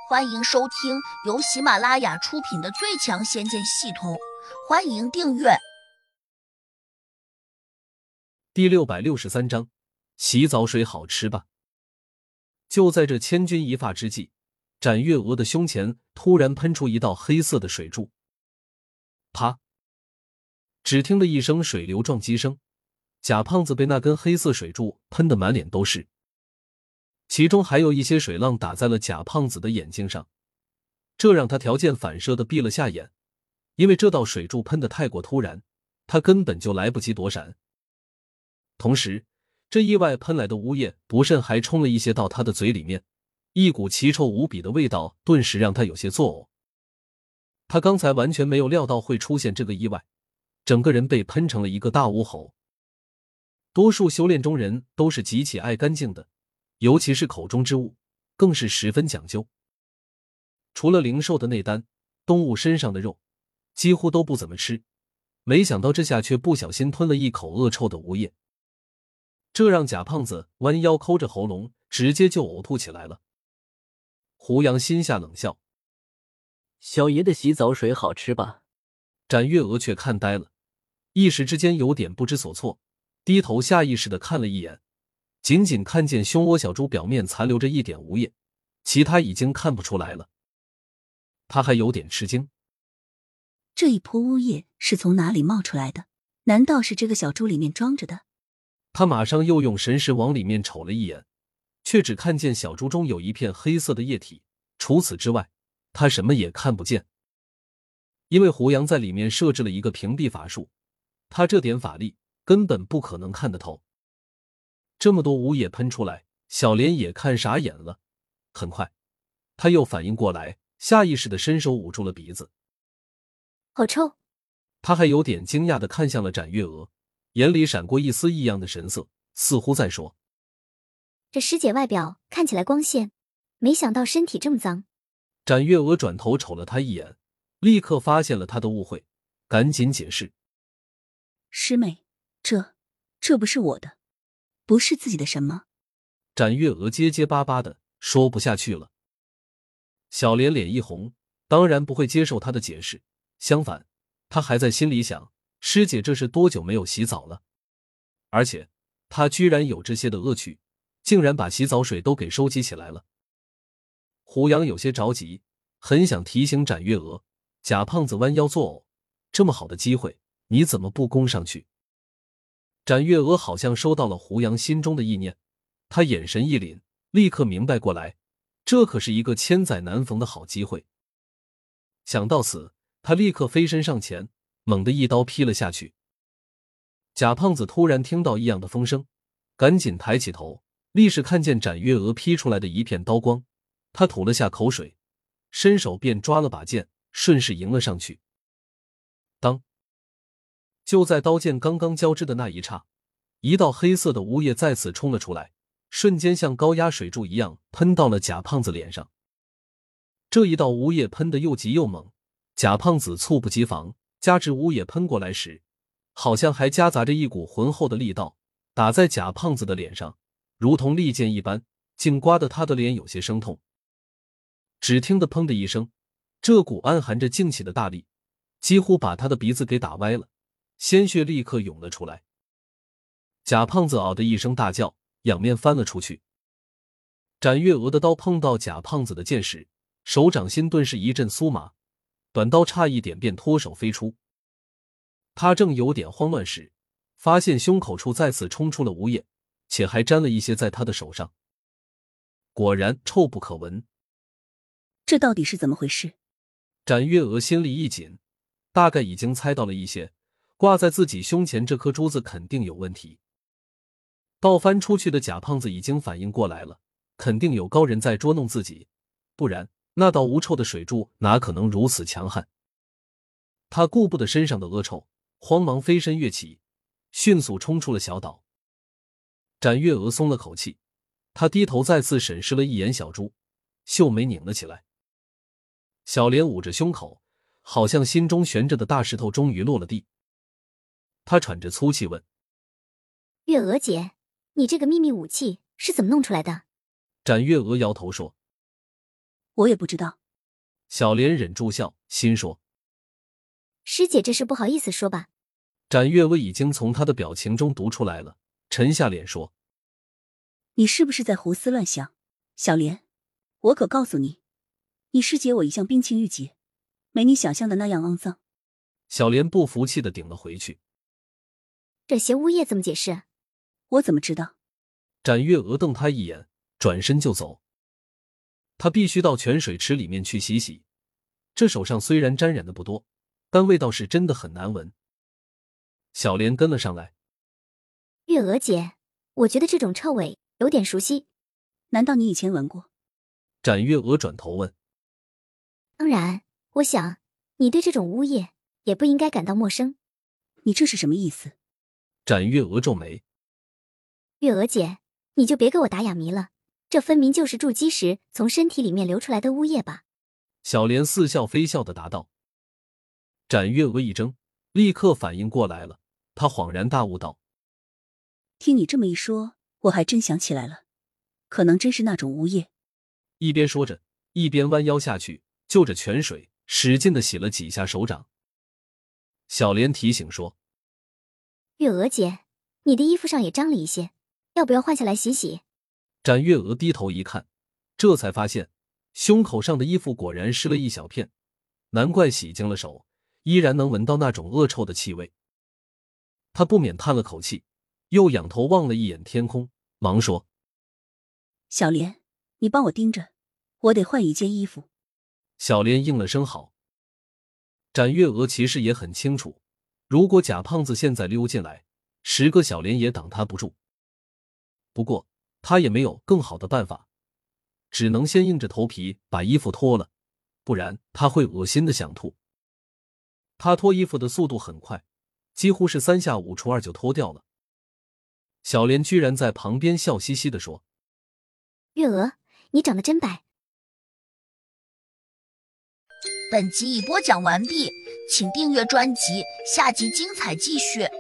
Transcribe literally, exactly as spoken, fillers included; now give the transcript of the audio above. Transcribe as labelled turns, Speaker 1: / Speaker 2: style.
Speaker 1: 欢迎收听由喜马拉雅出品的《最强仙剑系统》，欢迎订阅。
Speaker 2: 第六百六十三章，洗澡水好吃吧。就在这千钧一发之际，展月娥的胸前突然喷出一道黑色的水柱。啪！只听了一声水流撞击声，贾胖子被那根黑色水柱喷得满脸都是，其中还有一些水浪打在了贾胖子的眼睛上，这让他条件反射地闭了下眼，因为这道水柱喷得太过突然，他根本就来不及躲闪。同时，这意外喷来的污液不慎还冲了一些到他的嘴里面，一股奇臭无比的味道顿时让他有些作呕。他刚才完全没有料到会出现这个意外，整个人被喷成了一个大污猴。多数修炼中人都是极其爱干净的，尤其是口中之物，更是十分讲究。除了灵兽的内丹，动物身上的肉几乎都不怎么吃，没想到这下却不小心吞了一口恶臭的污液，这让贾胖子弯腰抠着喉咙，直接就呕吐起来了。胡杨心下冷笑，
Speaker 3: 小爷的洗澡水好吃吧？
Speaker 2: 展月娥却看呆了，一时之间有点不知所措，低头下意识地看了一眼，仅仅看见胸窝小猪表面残留着一点污液，其他已经看不出来了。他还有点吃惊，
Speaker 4: 这一泼污液是从哪里冒出来的？难道是这个小猪里面装着的？
Speaker 2: 他马上又用神识往里面瞅了一眼，却只看见小猪中有一片黑色的液体，除此之外他什么也看不见。因为胡杨在里面设置了一个屏蔽法术，他这点法力根本不可能看得透。这么多污液喷出来，小莲也看傻眼了。很快他又反应过来，下意识地伸手捂住了鼻子。
Speaker 5: 好臭！
Speaker 2: 他还有点惊讶地看向了展月娥，眼里闪过一丝异样的神色，似乎在说，
Speaker 5: 这师姐外表看起来光鲜，没想到身体这么脏。
Speaker 2: 展月娥转头瞅了他一眼，立刻发现了他的误会，赶紧解释，
Speaker 4: 师妹，这这不是我的，不是自己的什么？
Speaker 2: 展月娥结结巴巴的说不下去了。小莲脸一红，当然不会接受他的解释，相反他还在心里想，师姐这是多久没有洗澡了？而且他居然有这些的恶趣，竟然把洗澡水都给收集起来了。胡杨有些着急，很想提醒展月娥，贾胖子弯腰作呕，这么好的机会你怎么不攻上去？展月娥好像收到了胡杨心中的意念，他眼神一凛，立刻明白过来，这可是一个千载难逢的好机会。想到此，他立刻飞身上前，猛地一刀劈了下去。贾胖子突然听到异样的风声，赶紧抬起头，立时看见展月娥劈出来的一片刀光，他吐了下口水，伸手便抓了把剑，顺势迎了上去。当！就在刀剑刚刚交织的那一刹，一道黑色的污液再次冲了出来，瞬间像高压水柱一样喷到了贾胖子脸上。这一道污液喷得又急又猛，贾胖子猝不及防，加之污液喷过来时好像还夹杂着一股浑厚的力道，打在贾胖子的脸上，如同利剑一般，竟刮得他的脸有些生痛。只听得砰的一声，这股暗含着劲气的大力几乎把他的鼻子给打歪了，鲜血立刻涌了出来。贾胖子嗷的一声大叫，仰面翻了出去。展月娥的刀碰到贾胖子的剑时，手掌心顿时一阵酥麻，短刀差一点便脱手飞出。他正有点慌乱时，发现胸口处再次冲出了污液，且还沾了一些在他的手上，果然臭不可闻。
Speaker 4: 这到底是怎么回事？
Speaker 2: 展月娥心里一紧，大概已经猜到了一些，挂在自己胸前这颗珠子肯定有问题。倒翻出去的贾胖子已经反应过来了，肯定有高人在捉弄自己，不然那道无臭的水柱哪可能如此强悍。他顾不得身上的恶臭，慌忙飞身跃起，迅速冲出了小岛。展月娥松了口气，他低头再次审视了一眼小猪，秀眉拧了起来。小莲捂着胸口，好像心中悬着的大石头终于落了地。他喘着粗气问，
Speaker 5: 月娥姐，你这个秘密武器是怎么弄出来的？
Speaker 2: 展月娥摇头说，
Speaker 4: 我也不知道。
Speaker 2: 小莲忍住笑，心说：
Speaker 5: 师姐这是不好意思说吧？
Speaker 2: 展月薇已经从他的表情中读出来了，沉下脸说：
Speaker 4: 你是不是在胡思乱想？小莲，我可告诉你，你师姐我一向冰清玉洁，没你想象的那样肮脏。
Speaker 2: 小莲不服气地顶了回去。
Speaker 5: 这些污液怎么解释？
Speaker 4: 我怎么知道？
Speaker 2: 展月娥瞪他一眼，转身就走。他必须到泉水池里面去洗洗，这手上虽然沾染的不多，但味道是真的很难闻。小莲跟了上来。
Speaker 5: 月娥姐，我觉得这种臭味有点熟悉。
Speaker 4: 难道你以前闻过？
Speaker 2: 展月娥转头问。
Speaker 5: 当然，我想你对这种污液也不应该感到陌生。
Speaker 4: 你这是什么意思？
Speaker 2: 展月娥皱眉。
Speaker 5: 月娥姐，你就别给我打哑谜了，这分明就是筑基时从身体里面流出来的污液吧？
Speaker 2: 小莲似笑非笑地答道。展月娥一怔，立刻反应过来了，她恍然大悟道：
Speaker 4: 听你这么一说，我还真想起来了，可能真是那种污液。
Speaker 2: 一边说着，一边弯腰下去，就着泉水使劲地洗了几下手掌。小莲提醒说：
Speaker 5: 月娥姐，你的衣服上也脏了一些，要不要换下来洗洗？
Speaker 2: 展月娥低头一看，这才发现胸口上的衣服果然湿了一小片，难怪洗净了手，依然能闻到那种恶臭的气味。她不免叹了口气，又仰头望了一眼天空，忙说：
Speaker 4: 小莲，你帮我盯着，我得换一件衣服。
Speaker 2: 小莲应了声好。展月娥其实也很清楚，如果贾胖子现在溜进来，十个小莲也挡他不住。不过他也没有更好的办法，只能先硬着头皮把衣服脱了，不然他会恶心的想吐。他脱衣服的速度很快，几乎是三下五除二就脱掉了。小莲居然在旁边笑嘻嘻地说：
Speaker 5: 月娥，你长得真白。
Speaker 1: 本集已播讲完毕，请订阅专辑，下集精彩继续。